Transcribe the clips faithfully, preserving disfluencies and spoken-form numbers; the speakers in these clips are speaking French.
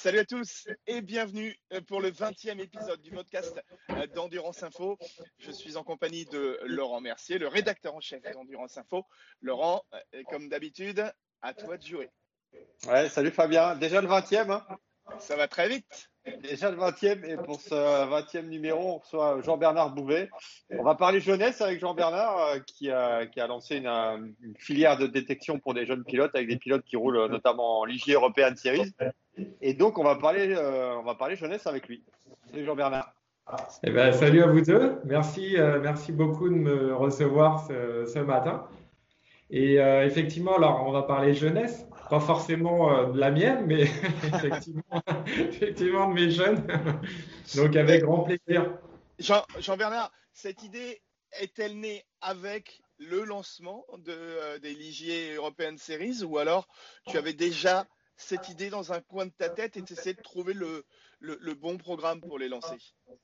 Salut à tous et bienvenue pour le vingtième épisode du podcast d'Endurance Info. Je suis en compagnie de Laurent Mercier, le rédacteur en chef d'Endurance Info. Laurent, comme d'habitude, à toi de jouer. Ouais, salut Fabien. Déjà le vingtième, hein. Ça va très vite. Déjà le vingtième, et pour ce vingtième numéro, on reçoit Jean-Bernard Bouvet. On va parler jeunesse avec Jean-Bernard euh, qui, a, qui a lancé une, une filière de détection pour des jeunes pilotes, avec des pilotes qui roulent notamment en l'I G European Series. Et donc on va parler, euh, on va parler jeunesse avec lui. Salut Jean-Bernard. Eh ben, salut à vous deux. Merci, euh, merci beaucoup de me recevoir ce, ce matin. Et euh, effectivement, alors on va parler jeunesse, pas forcément euh, de la mienne, mais effectivement, effectivement de mes jeunes. Donc avec grand plaisir. Jean, Jean-Bernard, cette idée est-elle née avec le lancement de, euh, des l'I G European Series, ou alors tu avais déjà cette idée dans un coin de ta tête et tu essaies de trouver le, le, le bon programme pour les lancer?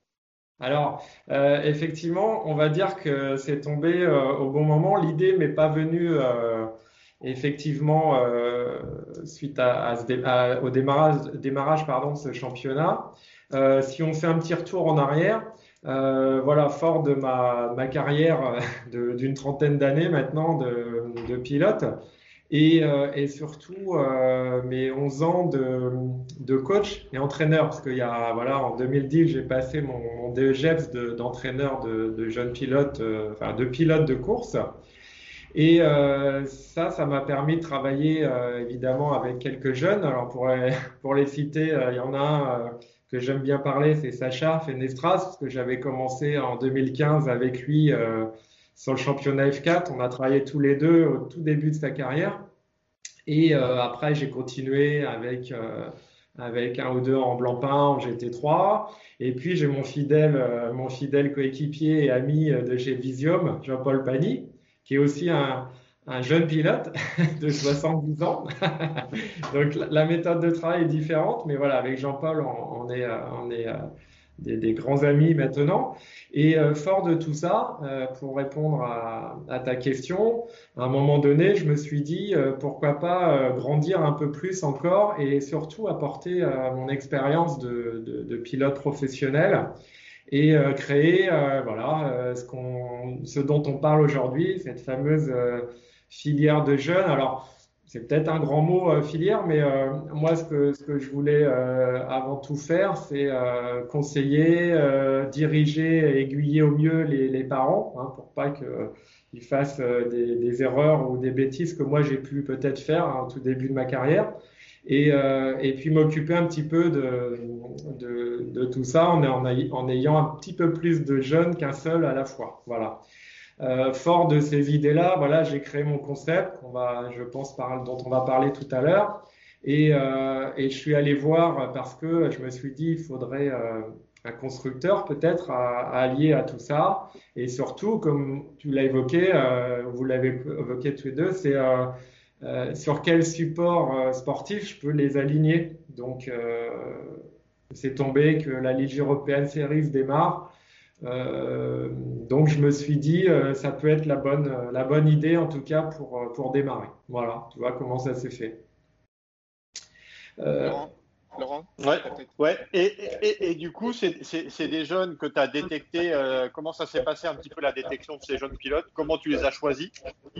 Alors, euh, effectivement, on va dire que c'est tombé euh, au bon moment. L'idée m'est pas venue euh, effectivement euh, suite à, à ce dé- à- au démarrage, démarrage pardon, de ce championnat. Euh, si on fait un petit retour en arrière, euh, voilà, fort de ma, ma carrière de- d'une trentaine d'années maintenant de, de pilote, et, euh, et surtout euh, mes onze ans de, de coach et entraîneur, parce qu'il y a, voilà, en deux mille dix, j'ai passé mon, mon D E G E P S de- d'entraîneur de, de jeunes pilotes, euh, enfin de pilotes de course. Et euh, ça, ça m'a permis de travailler euh, évidemment avec quelques jeunes. Alors pour, les- pour les citer, euh, il y en a un euh, que j'aime bien parler, c'est Sacha Fenestras, parce que j'avais commencé en deux mille quinze avec lui euh, sur le championnat F quatre. On a travaillé tous les deux au tout début de sa carrière. Et euh, après, j'ai continué avec, euh, avec un ou deux en Blancpain, en G T trois. Et puis, j'ai mon fidèle, euh, mon fidèle coéquipier et ami euh, de chez Visium, Jean-Paul Pagny, qui est aussi un, un jeune pilote de soixante-dix ans. Donc, la, la méthode de travail est différente, mais voilà, avec Jean-Paul, on, on est, euh, on est euh, des, des grands amis maintenant. Et euh, fort de tout ça, euh, pour répondre à, à ta question, à un moment donné, je me suis dit euh, pourquoi pas euh, grandir un peu plus encore et surtout apporter euh, mon expérience de, de, de pilote professionnel et euh, créer euh, voilà euh, ce qu'on, ce dont on parle aujourd'hui, cette fameuse euh, filière de jeunes. Alors c'est peut-être un grand mot euh, filière, mais euh, moi ce que ce que je voulais euh, avant tout faire, c'est euh, conseiller, euh, diriger, et aiguiller au mieux les, les parents, hein, pour pas que ils fassent euh, des, des erreurs ou des bêtises que moi j'ai pu peut-être faire hein, au tout début de ma carrière. Et, euh, et puis m'occuper un petit peu de, de, de tout ça en, en, en ayant un petit peu plus de jeunes qu'un seul à la fois. Voilà. Euh, fort de ces idées-là, voilà, j'ai créé mon concept, on va, je pense, par, dont on va parler tout à l'heure. Et, euh, et je suis allé voir parce que je me suis dit, il faudrait euh, un constructeur peut-être à, à allier à tout ça. Et surtout, comme tu l'as évoqué, euh, vous l'avez évoqué tous les deux, c'est euh, euh, sur quel support euh, sportif je peux les aligner. Donc, euh, c'est tombé que la Ligue European Series démarre. Euh, donc je me suis dit euh, ça peut être la bonne euh, la bonne idée en tout cas pour euh, pour démarrer. Voilà, tu vois comment ça s'est fait. Euh, Laurent, Laurent ouais, ouais. Et, et, et du coup, c'est, c'est, c'est des jeunes que tu as détectés. Euh, comment ça s'est passé un petit peu la détection de ces jeunes pilotes? Comment tu les as choisis?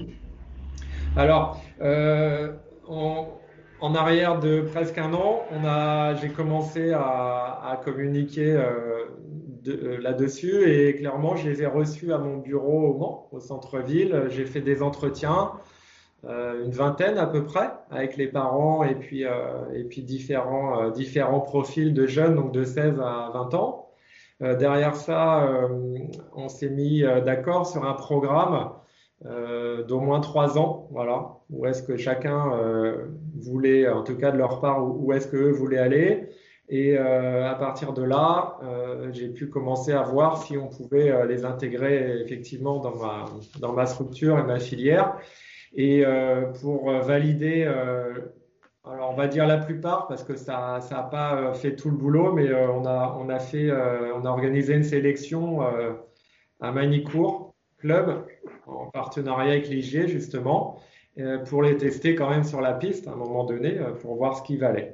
Alors, euh, on, en arrière de presque un an, on a, j'ai commencé à, à communiquer euh, de, euh, là-dessus et clairement, je les ai reçus à mon bureau au Mans, au centre-ville. J'ai fait des entretiens, euh, une vingtaine à peu près, avec les parents et puis, euh, et puis différents, euh, différents profils de jeunes, donc de seize à vingt ans. Euh, derrière ça, euh, on s'est mis euh, d'accord sur un programme euh, d'au moins trois ans, voilà, où est-ce que chacun euh, voulait, en tout cas de leur part, où, où est-ce qu'eux voulaient aller. Et euh, à partir de là, euh, j'ai pu commencer à voir si on pouvait euh, les intégrer effectivement dans ma, dans ma structure et ma filière. Et euh, pour valider, euh, alors on va dire la plupart, parce que ça ça a pas fait tout le boulot, mais euh, on a on a fait, euh, on a organisé une sélection euh, à Magny-Cours Club en partenariat avec l'I G justement euh, pour les tester quand même sur la piste à un moment donné euh, pour voir ce qui valait.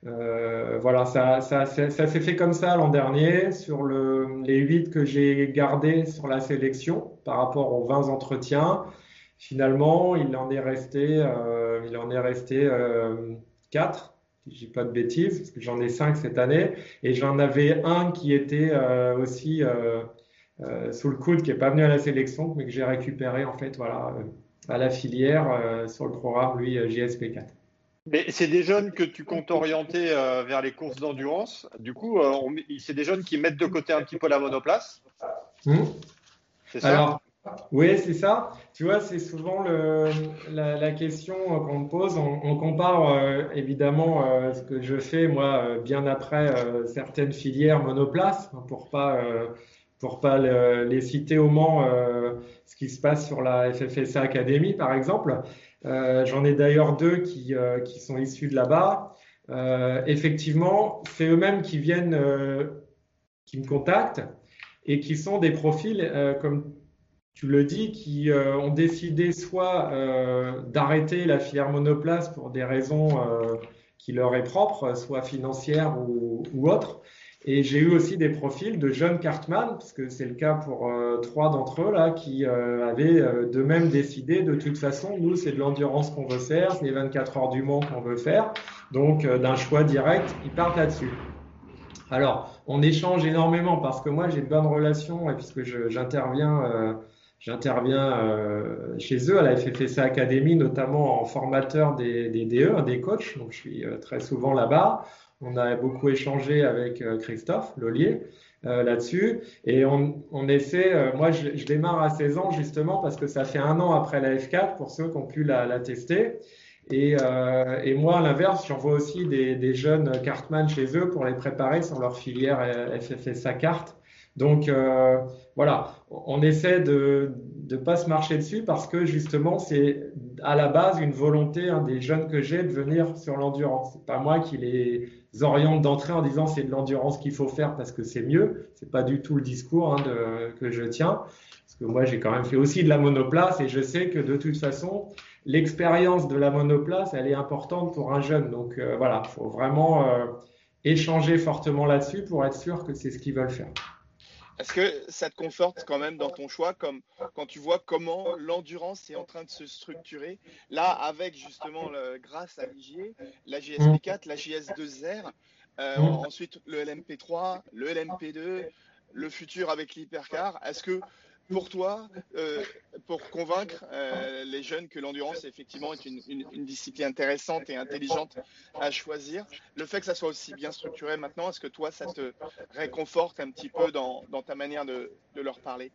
Euh, voilà, ça, ça, ça, ça s'est fait comme ça l'an dernier sur le, les huit que j'ai gardés sur la sélection par rapport aux vingt entretiens. Finalement, il en est resté, euh, il en est resté euh, quatre, si je dis pas de bêtises, parce que j'en ai cinq cette année, et j'en avais un qui était euh, aussi euh, euh, sous le coude, qui est pas venu à la sélection, mais que j'ai récupéré en fait, voilà, euh, à la filière euh, sur le programme, lui, J S P quatre. Mais c'est des jeunes que tu comptes orienter euh, vers les courses d'endurance. Du coup, euh, on- c'est des jeunes qui mettent de côté un petit peu la monoplace. Hmm. C'est ça? Alors, oui, c'est ça. Tu vois, c'est souvent le, la, la question qu'on me pose. On, on compare euh, évidemment euh, ce que je fais moi euh, bien après euh, certaines filières monoplaces hein, pour pas euh, pour pas le- les citer au Mans, euh, ce qui se passe sur la F F S A Academy par exemple. Euh, j'en ai d'ailleurs deux qui euh, qui sont issus de là-bas. Euh, effectivement, c'est eux-mêmes qui viennent, euh, qui me contactent et qui sont des profils euh, comme tu le dis, qui euh, ont décidé soit euh, d'arrêter la filière monoplace pour des raisons euh, qui leur est propre, soit financières ou, ou autres. Et j'ai eu aussi des profils de jeunes kartman, parce que c'est le cas pour euh, trois d'entre eux là, qui euh, avaient euh, d'eux-mêmes décidé de toute façon, nous c'est de l'endurance qu'on veut faire, c'est les vingt-quatre heures du Mans qu'on veut faire, donc euh, d'un choix direct, ils partent là-dessus. Alors, on échange énormément parce que moi, j'ai de bonnes relations et puisque je- j'interviens, euh, j'interviens euh, chez eux à la F F S A Academy, notamment en formateur des, des D E, hein, des coachs. Donc, je suis euh, très souvent là-bas. On a beaucoup échangé avec euh, Christophe Lollier euh, là-dessus et on, on essaie. Euh, moi, je, je démarre à seize ans justement parce que ça fait un an après la F quatre pour ceux qui ont pu la, la tester. Et, euh, et moi, à l'inverse, j'envoie aussi des, des jeunes cartman chez eux pour les préparer sur leur filière F F S A carte. Donc euh, voilà, on essaie de ne pas se marcher dessus parce que justement, c'est à la base une volonté hein, des jeunes que j'ai de venir sur l'endurance. C'est pas moi qui les oriente d'entrée en disant c'est de l'endurance qu'il faut faire parce que c'est mieux. C'est pas du tout le discours hein, de, que je tiens. Parce que moi, j'ai quand même fait aussi de la monoplace et je sais que de toute façon, l'expérience de la monoplace, elle est importante pour un jeune. Donc euh, voilà, il faut vraiment euh, échanger fortement là-dessus pour être sûr que c'est ce qu'ils veulent faire. Est-ce que ça te conforte quand même dans ton choix, comme quand tu vois comment l'endurance est en train de se structurer, là, avec justement, le, grâce à l'I G I E, la J S P quatre, la J S deux R, euh, ensuite le L M P trois, le L M P deux, le futur avec l'hypercar. Est-ce que pour toi, euh, pour convaincre euh, les jeunes que l'endurance effectivement est une, une, une discipline intéressante et intelligente à choisir, le fait que ça soit aussi bien structuré maintenant, est-ce que toi, ça te réconforte un petit peu dans, dans ta manière de, de leur parler?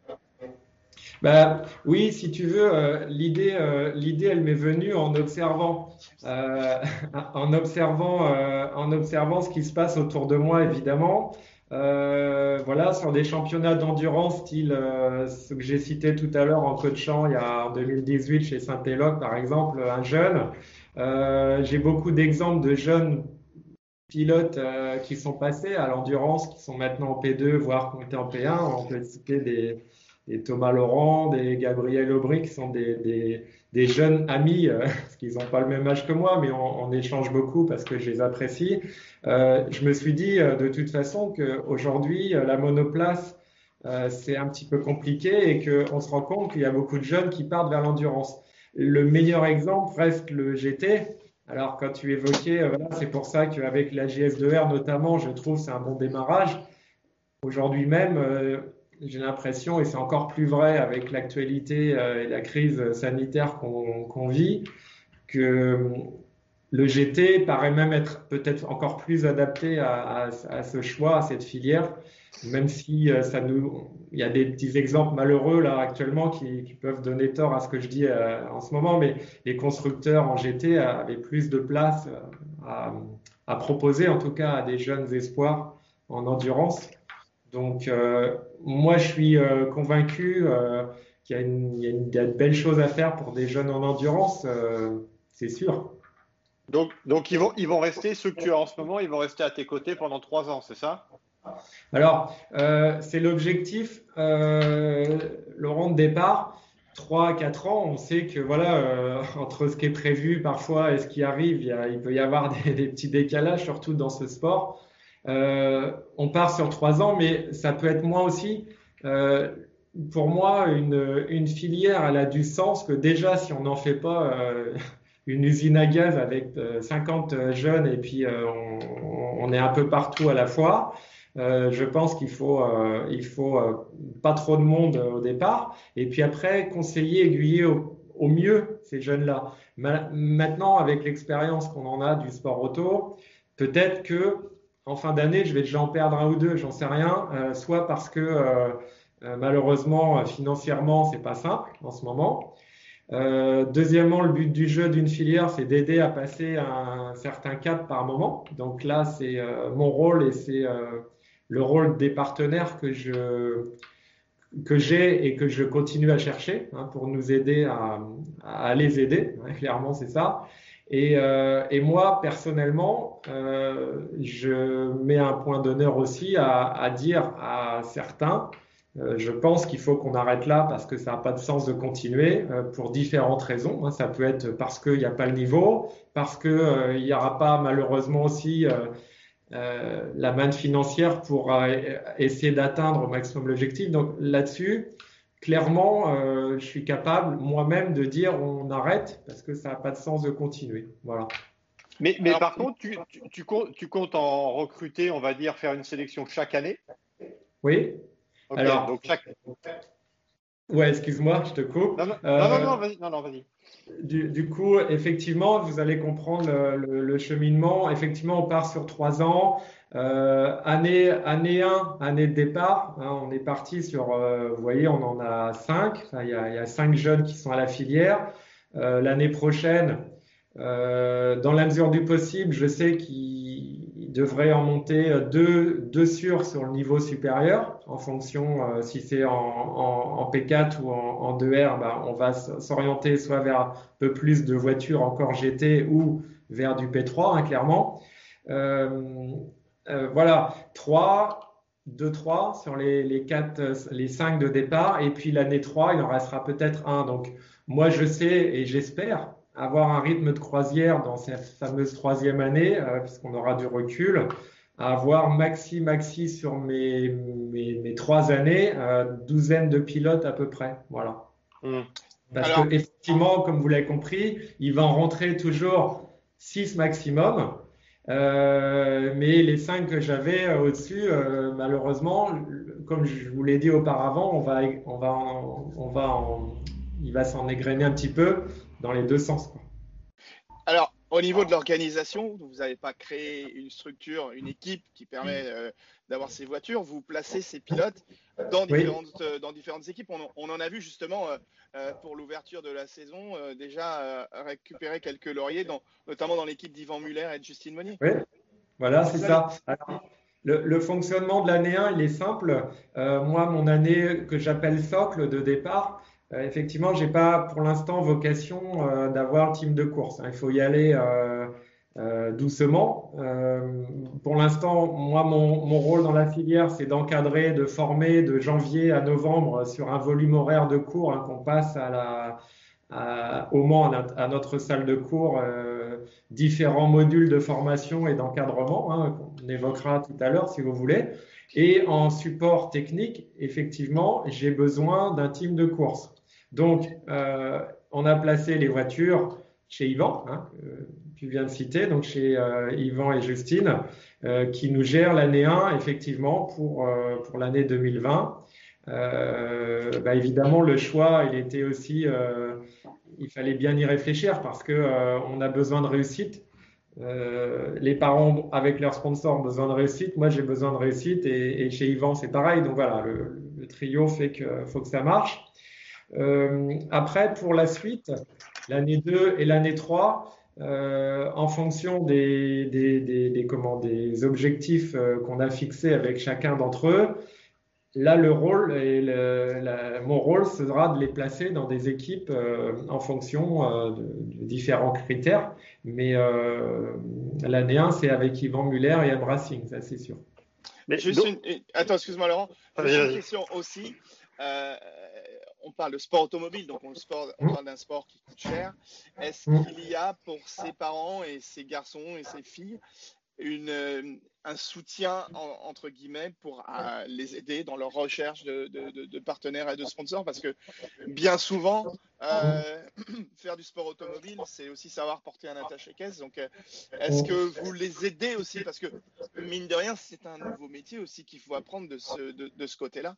Bah, oui, si tu veux, euh, l'idée, euh, l'idée, elle m'est venue en observant, euh, en observant, euh, en observant ce qui se passe autour de moi, évidemment. Euh, voilà, sur des championnats d'endurance, style euh, ce que j'ai cité tout à l'heure en coachant il y a en deux mille dix-huit chez Saint-Éloque, par exemple, un jeune. Euh, j'ai beaucoup d'exemples de jeunes pilotes euh, qui sont passés à l'endurance, qui sont maintenant en P deux, voire qui ont été en P un. On peut citer des, des Thomas Laurent, des Gabriel Aubry, qui sont des, des, des jeunes amis, euh, parce qu'ils n'ont pas le même âge que moi, mais on, on échange beaucoup parce que je les apprécie. Euh, je me suis dit euh, de toute façon qu'aujourd'hui, euh, la monoplace, euh, c'est un petit peu compliqué et qu'on se rend compte qu'il y a beaucoup de jeunes qui partent vers l'endurance. Le meilleur exemple reste le G T. Alors, quand tu évoquais, euh, voilà, c'est pour ça qu'avec la J S deux R notamment, je trouve c'est un bon démarrage. Aujourd'hui même, euh, j'ai l'impression, et c'est encore plus vrai avec l'actualité euh, et la crise sanitaire qu'on qu'on vit, que le G T paraît même être peut-être encore plus adapté à, à, à ce choix, à cette filière, même si euh, ça nous, il y a des petits exemples malheureux là actuellement qui, qui peuvent donner tort à ce que je dis euh, en ce moment, mais les constructeurs en G T avaient plus de place euh, à, à proposer, en tout cas à des jeunes espoirs en endurance. Donc euh, moi je suis euh, convaincu euh, qu'il y a, une, il y a une, il y a de belles choses à faire pour des jeunes en endurance, euh, c'est sûr. Donc, donc ils vont, ils vont rester, ceux que tu as en ce moment, ils vont rester à tes côtés pendant trois ans, c'est ça? Alors, euh, c'est l'objectif, euh, Laurent, de départ. trois à quatre ans, on sait que voilà, euh, entre ce qui est prévu parfois et ce qui arrive, il, y a, il peut y avoir des, des petits décalages, surtout dans ce sport. Euh, on part sur trois ans, mais ça peut être moins aussi. Euh, pour moi, une, une filière, elle a du sens que déjà, si on n'en fait pas euh, une usine à gaz avec euh, cinquante jeunes et puis euh, on, on est un peu partout à la fois, euh, je pense qu'il faut, euh, il faut euh, pas trop de monde euh, au départ et puis après conseiller, aiguiller au, au mieux ces jeunes-là. Ma- Maintenant, avec l'expérience qu'on en a du sport auto, peut-être que en fin d'année, je vais déjà en perdre un ou deux, j'en sais rien, euh, soit parce que euh, euh, malheureusement, financièrement, c'est pas simple en ce moment. Euh, deuxièmement, le but du jeu d'une filière, c'est d'aider à passer un certain cap par moment. Donc là, c'est euh, mon rôle et c'est euh, le rôle des partenaires que je que j'ai et que je continue à chercher hein, pour nous aider à, à les aider. Hein, clairement, c'est ça. Et, euh, et moi, personnellement, euh, je mets un point d'honneur aussi à, à dire à certains, euh, je pense qu'il faut qu'on arrête là parce que ça n'a pas de sens de continuer euh, pour différentes raisons. Hein. Ça peut être parce qu'il n'y a pas le niveau, parce qu'il euh, n'y aura pas malheureusement aussi euh, euh, la manne financière pour euh, essayer d'atteindre au maximum l'objectif. Donc là-dessus, clairement, euh, je suis capable moi-même de dire on arrête parce que ça n'a pas de sens de continuer. Voilà. Mais, mais Alors, par contre, tu, tu, tu comptes, tu comptes en recruter, on va dire, faire une sélection chaque année? Oui. Ok, Alors, donc chaque. ouais, excuse-moi, je te coupe. Non, non, non, non, Euh, non, vas-y. Non, non, vas-y. du, du coup, effectivement, vous allez comprendre le, le- le cheminement. Effectivement, on part sur trois ans. Euh, année, année un, année de départ, hein, on est parti sur, euh, vous voyez, on en a cinq. Enfin, il y a, il y a cinq jeunes qui sont à la filière. Euh, l'année prochaine, euh, dans la mesure du possible, je sais qu'il devrait en monter deux, deux sûrs sur le niveau supérieur, en fonction euh, si c'est en, en, en P quatre ou en, en deux R, ben, on va s'orienter soit vers un peu plus de voitures encore G T ou vers du P trois, hein, clairement. Euh, euh, voilà, trois, deux, trois sur les, les quatre, les cinq de départ, et puis l'année trois, il en restera peut-être un. Donc, moi, je sais et j'espère avoir un rythme de croisière dans cette fameuse troisième année, euh, puisqu'on aura du recul, à avoir maxi, maxi sur mes, mes, mes trois années, euh, douzaine de pilotes à peu près. Voilà. Hmm. Parce que alors, effectivement, comme vous l'avez compris, il va en rentrer toujours six maximum. Euh, mais les cinq que j'avais euh, au-dessus, euh, malheureusement, comme je vous l'ai dit auparavant, on va, on va, en- on va en- il va s'en égrener un petit peu dans les deux sens, quoi. Alors, au niveau de l'organisation, vous n'avez pas créé une structure, une équipe qui permet euh, d'avoir ces voitures. Vous placez ces pilotes dans Oui, différentes, euh, dans différentes équipes. On, en on en a vu justement euh, euh, pour l'ouverture de la saison euh, déjà euh, récupérer quelques lauriers, dans, notamment dans l'équipe d'Yvan Muller et de Justine Monnier. oui, voilà, C'est c'est ça les. ça. Alors, le, le fonctionnement de l'année un, il est simple. Euh, moi, mon année que j'appelle socle de départ, euh, effectivement, j'ai pas pour l'instant vocation euh, d'avoir le team de course. Hein. Il faut y aller euh, euh, doucement. Euh, pour l'instant, moi, mon, mon rôle dans la filière, c'est d'encadrer, de former de janvier à novembre sur un volume horaire de cours hein, qu'on passe à la, à- au Mans, à notre, à notre salle de cours, euh, différents modules de formation et d'encadrement, hein, qu'on évoquera tout à l'heure si vous voulez. Et en support technique, effectivement, j'ai besoin d'un team de course. Donc, euh, on a placé les voitures chez Yvan, hein, que tu viens de citer, donc chez euh, Yvan et Justine, euh, qui nous gèrent l'année un, effectivement, pour, euh, pour l'année deux mille vingt. Euh, bah, évidemment, le choix, il était aussi, euh, il fallait bien y réfléchir parce que euh, on a besoin de réussite. Euh, les parents avec leurs sponsors ont besoin de réussite. Moi, j'ai besoin de réussite et, et chez Yvan, c'est pareil. Donc voilà, le, le trio fait que faut que ça marche. Euh, après, pour la suite, l'année deux et l'année trois, euh, en fonction des, des, des, des, comment, des objectifs euh, qu'on a fixés avec chacun d'entre eux, là, le rôle et le- la- mon rôle sera de les placer dans des équipes euh, en fonction euh, de, de différents critères. Mais euh, l'année un, c'est avec Yvan Muller et M Racing, ça c'est sûr. Mais Juste donc, une, une- Attends, excuse-moi Laurent. vas-y, Juste une vas-y. question aussi. Euh, on parle de sport automobile, donc on, sport, on parle d'un sport qui coûte cher. Est-ce qu'il y a pour ces parents et ces garçons et ces filles une, un soutien en, entre guillemets pour euh, les aider dans leur recherche de, de, de, de partenaires et de sponsors? Parce que bien souvent, euh, faire du sport automobile, c'est aussi savoir porter un attaché-caisse. Donc, euh, est-ce que vous les aidez aussi? Parce que mine de rien, c'est un nouveau métier aussi qu'il faut apprendre de ce, de, de ce côté-là.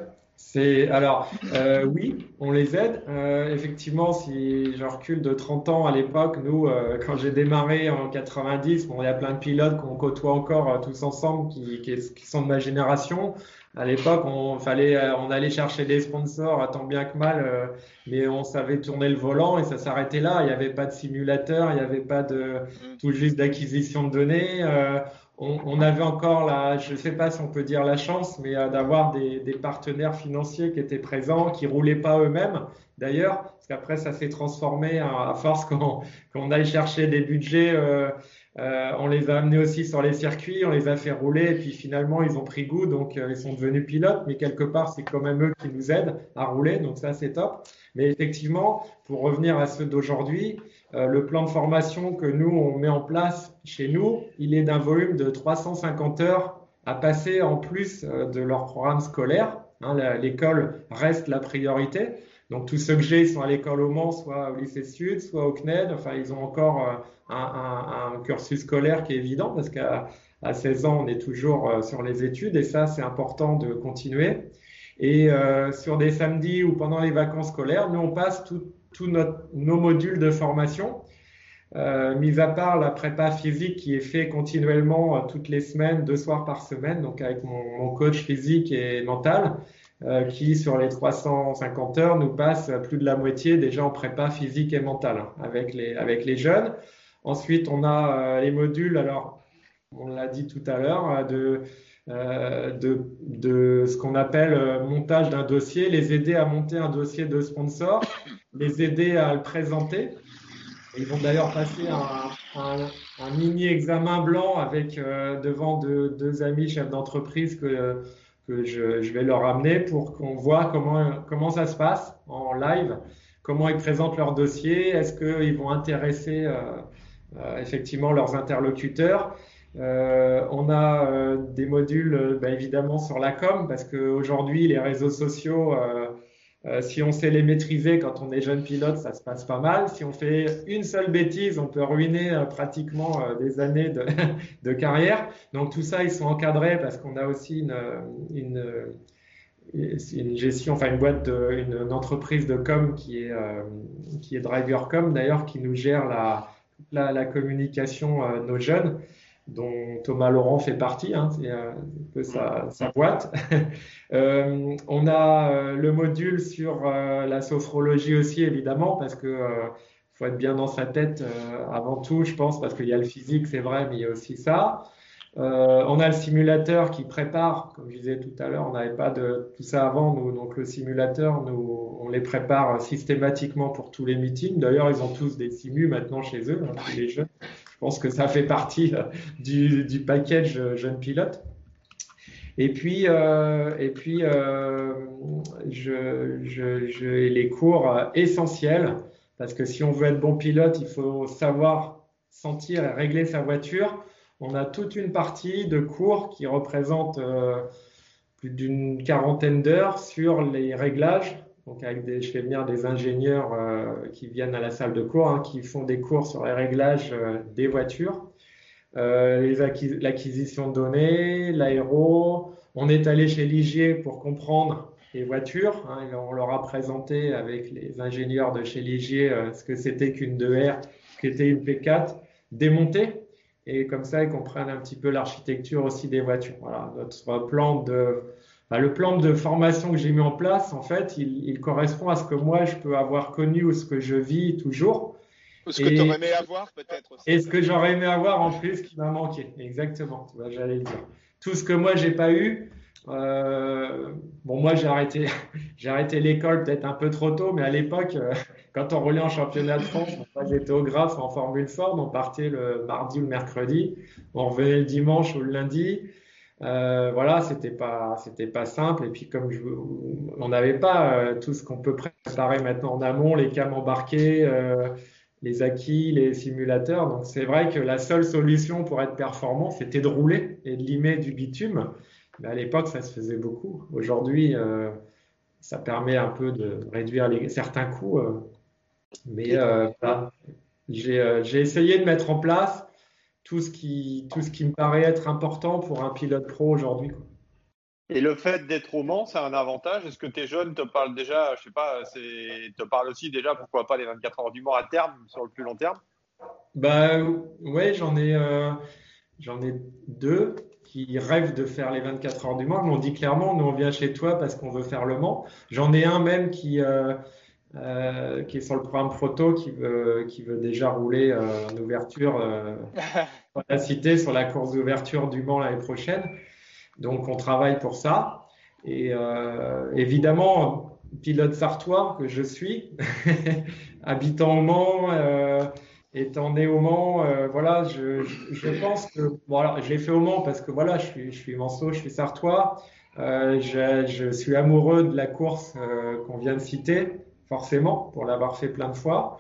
C'est alors euh, oui, on les aide. Euh, effectivement, si je recule de trente ans à l'époque, nous, euh, quand j'ai démarré en quatre-vingt-dix, bon, il y a plein de pilotes qu'on côtoie encore euh, tous ensemble qui, qui, qui sont de ma génération. À l'époque, on fallait, euh, on allait chercher des sponsors, tant bien que mal, euh, mais on savait tourner le volant et ça s'arrêtait là. Il n'y avait pas de simulateur, il n'y avait pas de tout juste d'acquisition de données. Euh, On, on avait encore la, je ne sais pas si on peut dire la chance, mais euh, d'avoir des, des partenaires financiers qui étaient présents, qui roulaient pas eux-mêmes d'ailleurs, parce qu'après ça s'est transformé à, à force qu'on qu'on aille chercher des budgets, euh, euh, on les a amenés aussi sur les circuits, on les a fait rouler et puis finalement ils ont pris goût, donc euh, ils sont devenus pilotes, mais quelque part c'est quand même eux qui nous aident à rouler, donc ça c'est top. Mais effectivement, pour revenir à ceux d'aujourd'hui, Euh, le plan de formation que nous, on met en place chez nous, il est d'un volume de trois cent cinquante heures à passer en plus euh, de leur programme scolaire. Hein, l'école reste la priorité. Donc, tous ceux que j'ai sont à l'école au Mans, soit au lycée Sud, soit au C N E D. Enfin, ils ont encore euh, un, un, un cursus scolaire qui est évident parce qu'à à seize ans, on est toujours euh, sur les études et ça, c'est important de continuer. Et euh, sur des samedis ou pendant les vacances scolaires, nous, on passe tout tous nos modules de formation, euh, mis à part la prépa physique qui est fait continuellement euh, toutes les semaines, deux soirs par semaine, donc avec mon, mon coach physique et mental, euh, qui sur les trois cent cinquante heures nous passe plus de la moitié déjà en prépa physique et mentale hein, avec les avec les jeunes. Ensuite, on a euh, les modules, alors on l'a dit tout à l'heure, euh, de Euh, de, de ce qu'on appelle euh, montage d'un dossier, les aider à monter un dossier de sponsor, les aider à le présenter. Ils vont d'ailleurs passer un, un, un mini-examen blanc avec euh, devant deux, deux amis chefs d'entreprise que, que je, je vais leur amener pour qu'on voit comment, comment ça se passe en live, comment ils présentent leur dossier, est-ce qu'ils vont intéresser euh, euh, effectivement leurs interlocuteurs. Euh, on a euh, des modules euh, bah, évidemment sur la com parce qu'aujourd'hui les réseaux sociaux, euh, euh, si on sait les maîtriser quand on est jeune pilote, ça se passe pas mal. Si on fait une seule bêtise, on peut ruiner euh, pratiquement euh, des années de, de carrière. Donc tout ça, ils sont encadrés parce qu'on a aussi une, une, une gestion, enfin une boîte, de, une, une entreprise de com qui est, euh, qui est DriverCom d'ailleurs, qui nous gère la, la, la communication euh, de nos jeunes, dont Thomas Laurent fait partie, hein, c'est un peu sa, sa boîte. euh, on a euh, le module sur euh, la sophrologie aussi, évidemment, parce que euh, faut être bien dans sa tête euh, avant tout, je pense, parce qu'il y a le physique, c'est vrai, mais il y a aussi ça. Euh, on a le simulateur qui prépare, comme je disais tout à l'heure, on n'avait pas de tout ça avant, nous, donc le simulateur, nous, on les prépare systématiquement pour tous les meetings. D'ailleurs, ils ont tous des simus maintenant chez eux, hein, tous les jeunes. Je pense que ça fait partie euh, du, du package euh, jeune pilote. Et puis, euh, et puis euh, je, je, je, les cours euh, essentiels, parce que si on veut être bon pilote, il faut savoir sentir et régler sa voiture. On a toute une partie de cours qui représente euh, plus d'une quarantaine d'heures sur les réglages. Donc, avec des, je fais venir des ingénieurs euh, qui viennent à la salle de cours, hein, qui font des cours sur les réglages euh, des voitures, euh, l'acquisition de données, l'aéro. On est allé chez Ligier pour comprendre les voitures. Hein, on leur a présenté avec les ingénieurs de chez Ligier euh, ce que c'était qu'une deux R, ce qu'était une P quatre démontée. Et comme ça, ils comprennent un petit peu l'architecture aussi des voitures. Voilà, notre plan de, bah, le plan de formation que j'ai mis en place, en fait, il, il correspond à ce que moi, je peux avoir connu ou ce que je vis toujours. Ou ce que tu aurais aimé avoir, peut-être aussi. Et ce que j'aurais aimé avoir en plus qui m'a manqué. Exactement, bah, j'allais le dire. Tout ce que moi, j'ai pas eu. Euh, bon, moi, j'ai arrêté, j'ai arrêté l'école peut-être un peu trop tôt, mais à l'époque, euh, quand on roulait en championnat de France, moi, j'étais au Graphe en Formule Ford, on partait le mardi ou le mercredi, on revenait le dimanche ou le lundi. Euh, voilà, c'était pas, c'était pas simple. Et puis comme je, on n'avait pas euh, tout ce qu'on peut préparer maintenant en amont, les cams embarqués, euh, les acquis, les simulateurs. Donc c'est vrai que la seule solution pour être performant, c'était de rouler et de limer du bitume. Mais à l'époque, ça se faisait beaucoup. Aujourd'hui, euh, ça permet un peu de réduire les, certains coûts. euh, mais Et, euh, voilà, j'ai euh, j'ai essayé de mettre en place tout ce qui, tout ce qui me paraît être important pour un pilote pro aujourd'hui, quoi. Et le fait d'être au Mans, c'est un avantage. Est-ce que tes jeunes te parlent déjà, je sais pas, c'est, te parlent aussi déjà, pourquoi pas les vingt-quatre heures du Mans à terme, sur le plus long terme? Bah ouais, j'en ai, euh, j'en ai deux qui rêvent de faire les vingt-quatre heures du Mans. Ils m'ont dit clairement, nous on vient chez toi parce qu'on veut faire le Mans. J'en ai un même qui, euh, euh, qui est sur le programme proto, qui veut, qui veut déjà rouler euh, en ouverture euh, dans la cité sur la course d'ouverture du Mans l'année prochaine. Donc on travaille pour ça. Et euh, évidemment, pilote sartois que je suis, habitant au Mans, euh, étant né au Mans, euh, voilà, je, je, je pense que voilà, je l'ai fait au Mans parce que voilà, je suis, je suis Manceau, je suis sartois. Euh, je, je suis amoureux de la course euh, qu'on vient de citer, forcément, pour l'avoir fait plein de fois.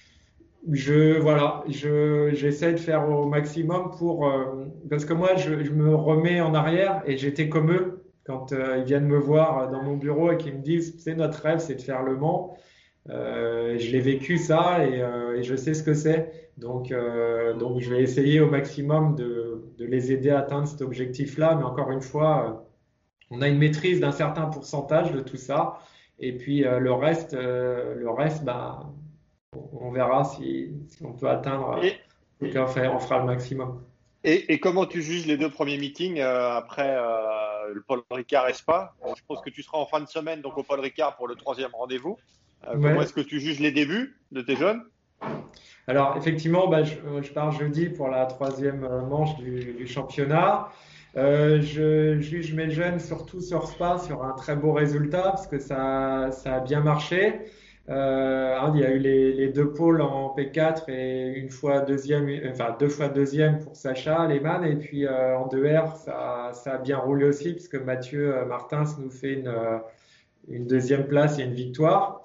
Je voilà, je j'essaie de faire au maximum pour euh, parce que moi je, je me remets en arrière et j'étais comme eux quand euh, ils viennent me voir dans mon bureau et qu'ils me disent c'est notre rêve c'est de faire le Mans. Euh, je l'ai vécu ça et, euh, et je sais ce que c'est. Donc euh, donc je vais essayer au maximum de de les aider à atteindre cet objectif-là. Mais encore une fois, euh, on a une maîtrise d'un certain pourcentage de tout ça et puis euh, le reste euh, le reste bah on verra si, si on peut atteindre. Et, Donc, on fera, on fera le maximum. et, et comment tu juges les deux premiers meetings euh, après euh, le Paul Ricard et Spa? Bon, je pense que tu seras en fin de semaine, donc au Paul Ricard pour le troisième rendez-vous. Euh, comment Ouais. est-ce que tu juges les débuts de tes jeunes? Alors, effectivement, bah, je, je pars jeudi pour la troisième manche du, du championnat. Euh, je juge mes jeunes surtout sur Spa, sur un très beau résultat, parce que ça, ça a bien marché. Euh, hein, il y a eu les, les deux pôles en P quatre et une fois deuxième, enfin deux fois deuxième pour Sacha Lehmann. Et puis euh, en deux R, ça, ça a bien roulé aussi, puisque Mathieu euh, Martins nous fait une, euh, une deuxième place et une victoire.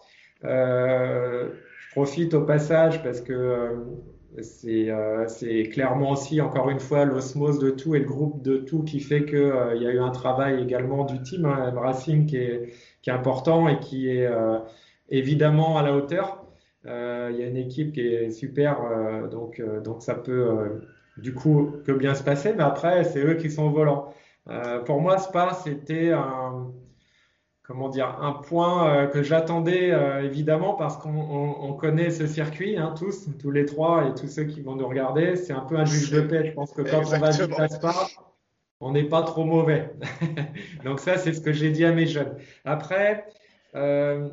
Euh, je profite au passage parce que euh, c'est euh, c'est clairement aussi, encore une fois, l'osmose de tout et le groupe de tout qui fait qu'il euh, y a eu un travail également du team, hein, M Racing, qui est, qui est important et qui est euh, évidemment à la hauteur. Euh, Il y a une équipe qui est super, euh, donc, euh, donc ça peut euh, du coup que bien se passer, mais après, c'est eux qui sont au volant. Euh, pour moi, Spa, c'était un comment dire, un point euh, que j'attendais euh, évidemment parce qu'on on, on connaît ce circuit, hein, tous, tous les trois et tous ceux qui vont nous regarder. C'est un peu un juge de c'est paix. Je pense que quand on va vite exactement. à Spa, on n'est pas trop mauvais. Donc ça, c'est ce que j'ai dit à mes jeunes. Après, euh,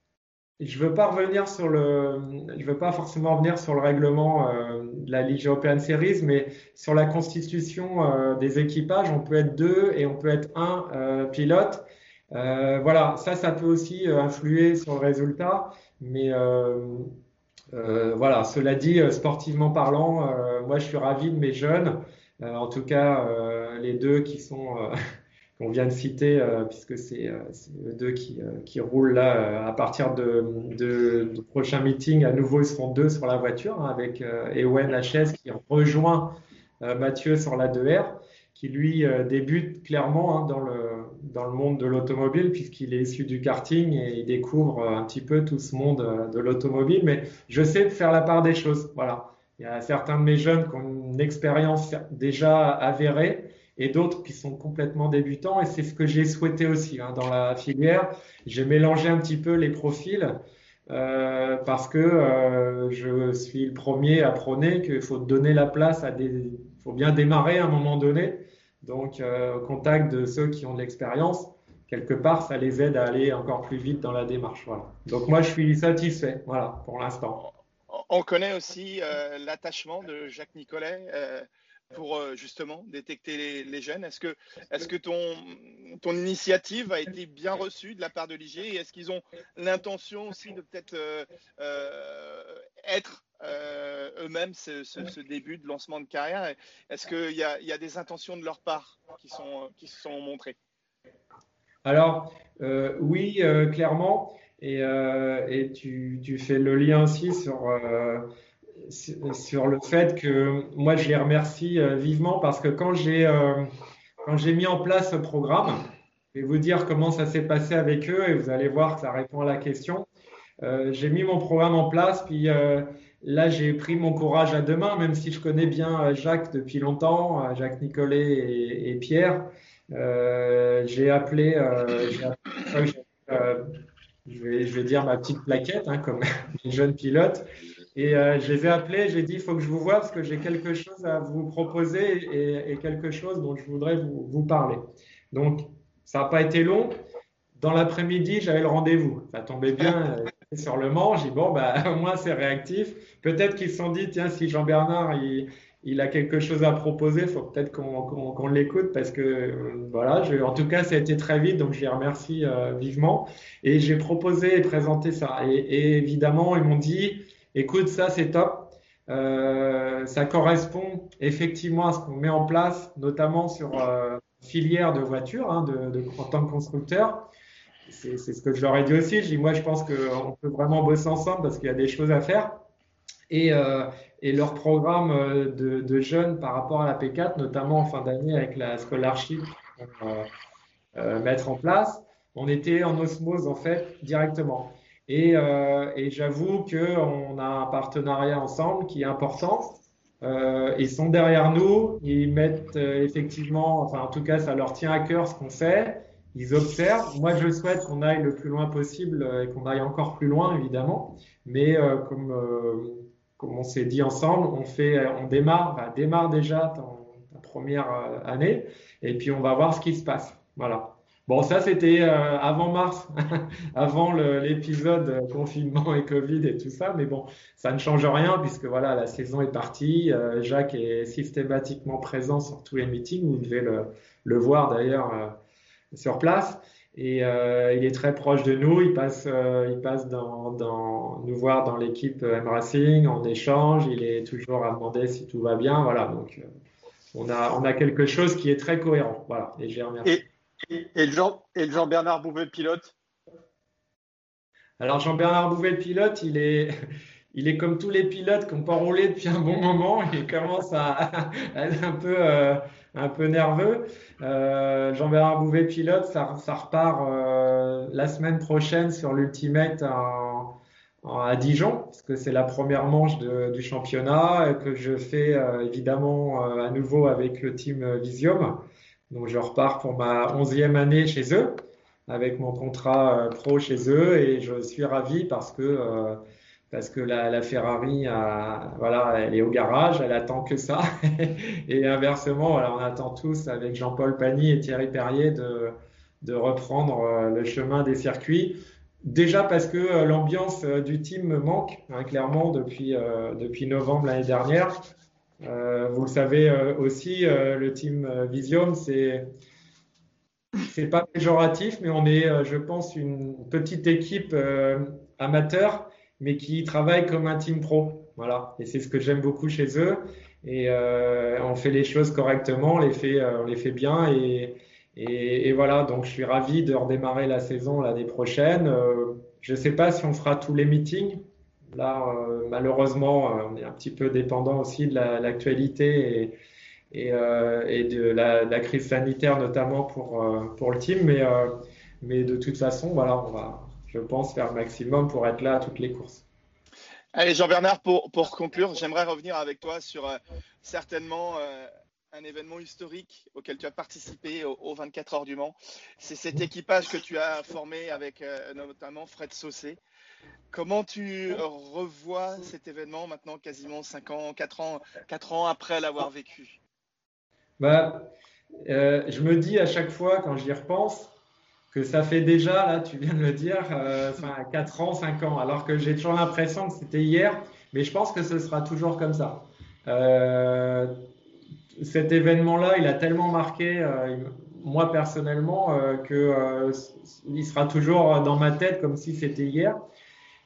je veux pas revenir sur le, je veux pas forcément revenir sur le règlement euh, de la Ligue European Series, mais sur la constitution euh, des équipages, on peut être deux et on peut être un euh, pilote. Euh, voilà, ça, ça peut aussi euh, influer sur le résultat, mais euh, euh, voilà. Cela dit, euh, sportivement parlant, euh, moi, je suis ravi de mes jeunes, Euh, en tout cas euh, les deux qui sont euh, qu'on vient de citer, euh, puisque c'est euh, c'est eux deux qui, euh, qui roulent là euh, à partir de, de, du prochain meeting. À nouveau, ils seront deux sur la voiture, hein, avec euh, Ewen Lachaise qui rejoint euh, Mathieu sur la deux R, qui lui euh, débute clairement hein, dans le, dans le monde de l'automobile, puisqu'il est issu du karting et il découvre euh, un petit peu tout ce monde euh, de l'automobile. Mais je sais faire la part des choses. Voilà. Il y a certains de mes jeunes qui ont une expérience déjà avérée et d'autres qui sont complètement débutants. Et c'est ce que j'ai souhaité aussi hein, dans la filière. J'ai mélangé un petit peu les profils euh, parce que euh, je suis le premier à prôner qu'il faut donner la place à des... Il faut bien démarrer à un moment donné. Donc, euh, au contact de ceux qui ont de l'expérience, quelque part, ça les aide à aller encore plus vite dans la démarche. Voilà. Donc, moi, je suis satisfait, voilà, pour l'instant. On connaît aussi euh, l'attachement de Jacques Nicolet euh, pour euh, justement détecter les, les jeunes. Est-ce que, est-ce que ton, ton initiative a été bien reçue de la part de l'I G et est-ce qu'ils ont l'intention aussi de peut-être euh, euh, être euh, eux-mêmes ce, ce, ce début de lancement de carrière? Est-ce qu'il y a, il y a des intentions de leur part qui sont, qui se sont montrées? Alors, euh, oui, euh, clairement. Et, euh, et tu, tu fais le lien aussi sur, euh, sur sur le fait que moi, je les remercie euh, vivement parce que quand j'ai euh, quand j'ai mis en place ce programme, je vais vous dire comment ça s'est passé avec eux et vous allez voir que ça répond à la question. Euh, j'ai mis mon programme en place, puis euh, là, j'ai pris mon courage à deux mains, même si je connais bien euh, Jacques depuis longtemps, euh, Jacques Nicolet et, et Pierre. Euh, j'ai appelé, euh, j'ai appelé j'ai, euh, je vais, je vais dire ma petite plaquette, hein, comme les jeunes pilotes. Et euh, je les ai appelés, j'ai dit, il faut que je vous voie parce que j'ai quelque chose à vous proposer et, et quelque chose dont je voudrais vous, vous parler. Donc, ça n'a pas été long. Dans l'après-midi, j'avais le rendez-vous. Ça tombait bien euh, sur le Mans. J'ai dit, bon, bah, au moins, c'est réactif. Peut-être qu'ils se sont dit, tiens, si Jean-Bernard, il, il a quelque chose à proposer, il faut peut-être qu'on qu'on, qu'on l'écoute parce que, euh, voilà, je, en tout cas, ça a été très vite, donc je les remercie euh, vivement. Et j'ai proposé et présenté ça. Et, et évidemment, ils m'ont dit, écoute, ça, c'est top. Euh, ça correspond effectivement à ce qu'on met en place, notamment sur euh, filière de voitures, hein, de, de, en tant que constructeur. C'est c'est ce que je leur ai dit aussi. Je dis, moi, je pense qu'on peut vraiment bosser ensemble parce qu'il y a des choses à faire. Et, euh, et leur programme euh, de, de jeunes par rapport à la P quatre, notamment en fin d'année avec la scholarship qu'ils vont euh, euh, mettre en place, on était en osmose en fait directement. Et, euh, et j'avoue qu'on a un partenariat ensemble qui est important. Euh, ils sont derrière nous, ils mettent euh, effectivement, enfin en tout cas ça leur tient à cœur ce qu'on fait, ils observent. Moi je souhaite qu'on aille le plus loin possible euh, et qu'on aille encore plus loin évidemment, mais euh, comme, euh, comme on s'est dit ensemble, on fait, on démarre, bah, démarre déjà ton, ta première euh, année et puis on va voir ce qui se passe. Voilà. Bon, ça c'était euh, avant mars, avant le- l'épisode euh, confinement et Covid et tout ça, mais bon, ça ne change rien puisque voilà, la saison est partie. Euh, Jacques est systématiquement présent sur tous les meetings, vous devez le, le voir d'ailleurs euh, sur place. Et euh, il est très proche de nous, il passe, euh, il passe dans, dans, nous voir dans l'équipe M Racing, on échange, il est toujours à demander si tout va bien, voilà, donc euh, on a, on a quelque chose qui est très cohérent, voilà, et j'ai remercié. Et, et, et le Jean, et le Jean-Bernard Bouvet, pilote? Alors Jean-Bernard Bouvet, le pilote, il est, il est comme tous les pilotes qui n'ont pas roulé depuis un bon moment. Il commence à, à être un peu, euh, un peu nerveux. Euh, Jean-Bernard Bouvet, pilote, ça, ça repart euh, la semaine prochaine sur l'Ultimate en- en- à Dijon, parce que c'est la première manche de- du championnat euh, que je fais euh, évidemment euh, à nouveau avec le team euh, Visium. Donc je repars pour ma onzième année chez eux avec mon contrat euh, pro chez eux et je suis ravi parce que euh, parce que la, la Ferrari a, voilà, elle est au garage, elle attend que ça et inversement, voilà, on attend tous avec Jean-Paul Pagny et Thierry Perrier de de reprendre euh, le chemin des circuits. Déjà parce que euh, l'ambiance euh, du team me manque, hein, clairement depuis euh, depuis novembre l'année dernière. Euh, vous le savez euh, aussi, euh, le team euh, Visium, c'est c'est pas péjoratif, mais on est, euh, je pense, une petite équipe euh, amateur, mais qui travaille comme un team pro. Voilà. Et c'est ce que j'aime beaucoup chez eux. Et euh, on fait les choses correctement, on les fait, euh, on les fait bien. Et, et, et voilà. Donc, je suis ravi de redémarrer la saison l'année prochaine. Euh, je sais pas si on fera tous les meetings. Là, euh, malheureusement, euh, on est un petit peu dépendant aussi de la- l'actualité et et, euh, et de la, de la crise sanitaire notamment pour, euh, pour le team. Mais, euh, mais de toute façon, voilà, on va, je pense, faire le maximum pour être là à toutes les courses. Allez, Jean-Bernard, pour, pour conclure, j'aimerais revenir avec toi sur euh, certainement euh, un événement historique auquel tu as participé au, au vingt-quatre heures du Mans. C'est cet équipage que tu as formé avec euh, notamment Fred Saucé. Comment tu revois cet événement maintenant quasiment cinq ans, quatre ans, quatre ans après l'avoir vécu? Bah, euh, je me dis à chaque fois quand j'y repense que ça fait déjà, là, tu viens de le dire, euh, enfin, quatre ans, cinq ans, alors que j'ai toujours l'impression que c'était hier, mais je pense que ce sera toujours comme ça. Euh, Cet événement-là, il a tellement marqué, euh, moi personnellement, euh, que euh, il sera toujours dans ma tête comme si c'était hier.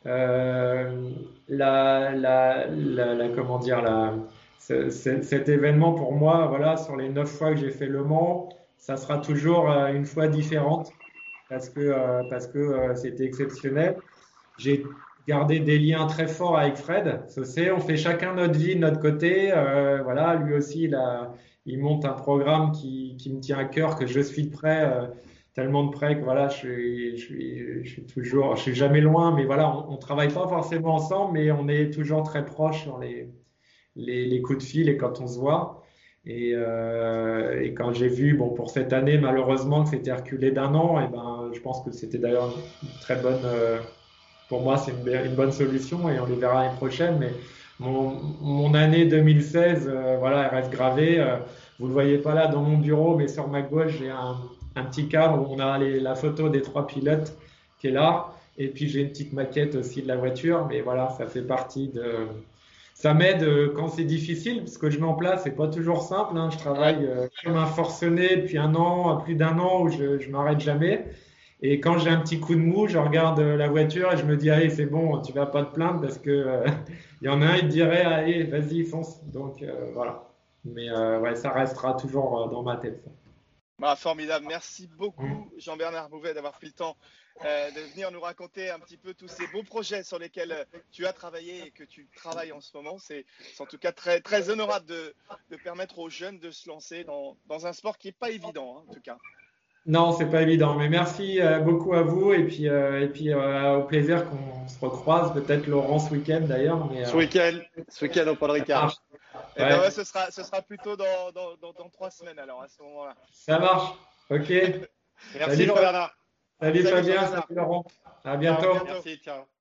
euh, la, la, la, la- comment dire, la, ce- ce- cet événement pour moi, voilà, sur les neuf fois que j'ai fait Le Mans, ça sera toujours euh, une fois différente parce que euh, parce que euh, c'était exceptionnel. J'ai gardé des liens très forts avec Fred Saucé. On fait chacun notre vie de notre côté. Euh, voilà, lui aussi, il a, il monte un programme qui, qui me tient à cœur, que je suis de près, euh, tellement de près que voilà, je suis, je suis, je suis toujours, je suis jamais loin, mais voilà, on, on travaille pas forcément ensemble, mais on est toujours très proches sur les, les, les coups de fil et quand on se voit. Et, euh, et quand j'ai vu, bon, pour cette année, malheureusement, que c'était reculé d'un an, et ben, je pense que c'était d'ailleurs une très bonne, euh, pour moi, c'est une, une bonne solution et on les verra l'année prochaine. Mais mon, mon année deux mille seize, euh, voilà, elle reste gravée. Euh, vous le voyez pas là dans mon bureau, mais sur ma gauche, j'ai un, un petit cadre où on a les- la photo des trois pilotes qui est là. Et puis j'ai une petite maquette aussi de la voiture. Mais voilà, ça fait partie de. Ça m'aide euh, quand c'est difficile, parce que je mets en place, c'est pas toujours simple. Hein. Je Ouais. travaille euh, comme un forcené depuis un an, plus d'un an, où je, je m'arrête jamais. Et quand j'ai un petit coup de mou, je regarde euh, la voiture et je me dis, allez, c'est bon, tu vas pas te plaindre parce que euh, il y en a un, il te dirait, allez, vas-y, fonce. Donc euh, voilà. Mais euh, ouais, ça restera toujours euh, dans ma tête. Ça. Bah, formidable. Merci Mm. beaucoup, Jean-Bernard Bouvet, d'avoir pris le temps euh, de venir nous raconter un petit peu tous ces beaux projets sur lesquels euh, tu as travaillé et que tu travailles en ce moment. C'est c'est en tout cas très, très honorable de, de permettre aux jeunes de se lancer dans, dans un sport qui n'est pas évident, hein, en tout cas. Non, c'est pas évident, mais merci euh, beaucoup à vous et puis euh, et puis euh, au plaisir qu'on se recroise, peut-être Laurent ce week-end d'ailleurs, mais Ce euh, week-end, ce week-end au Paul ça marche. Ricard. Eh ben Ouais, ouais, ce sera, ce sera plutôt dans, dans, dans, dans trois semaines alors, à ce moment-là. ça marche. Ok. Merci Salut, Fa- Jean-Bernard. salut Salut Fabien, salut Jean-Bernard. Laurent. À Ciao, à bientôt. bientôt. Merci, ciao.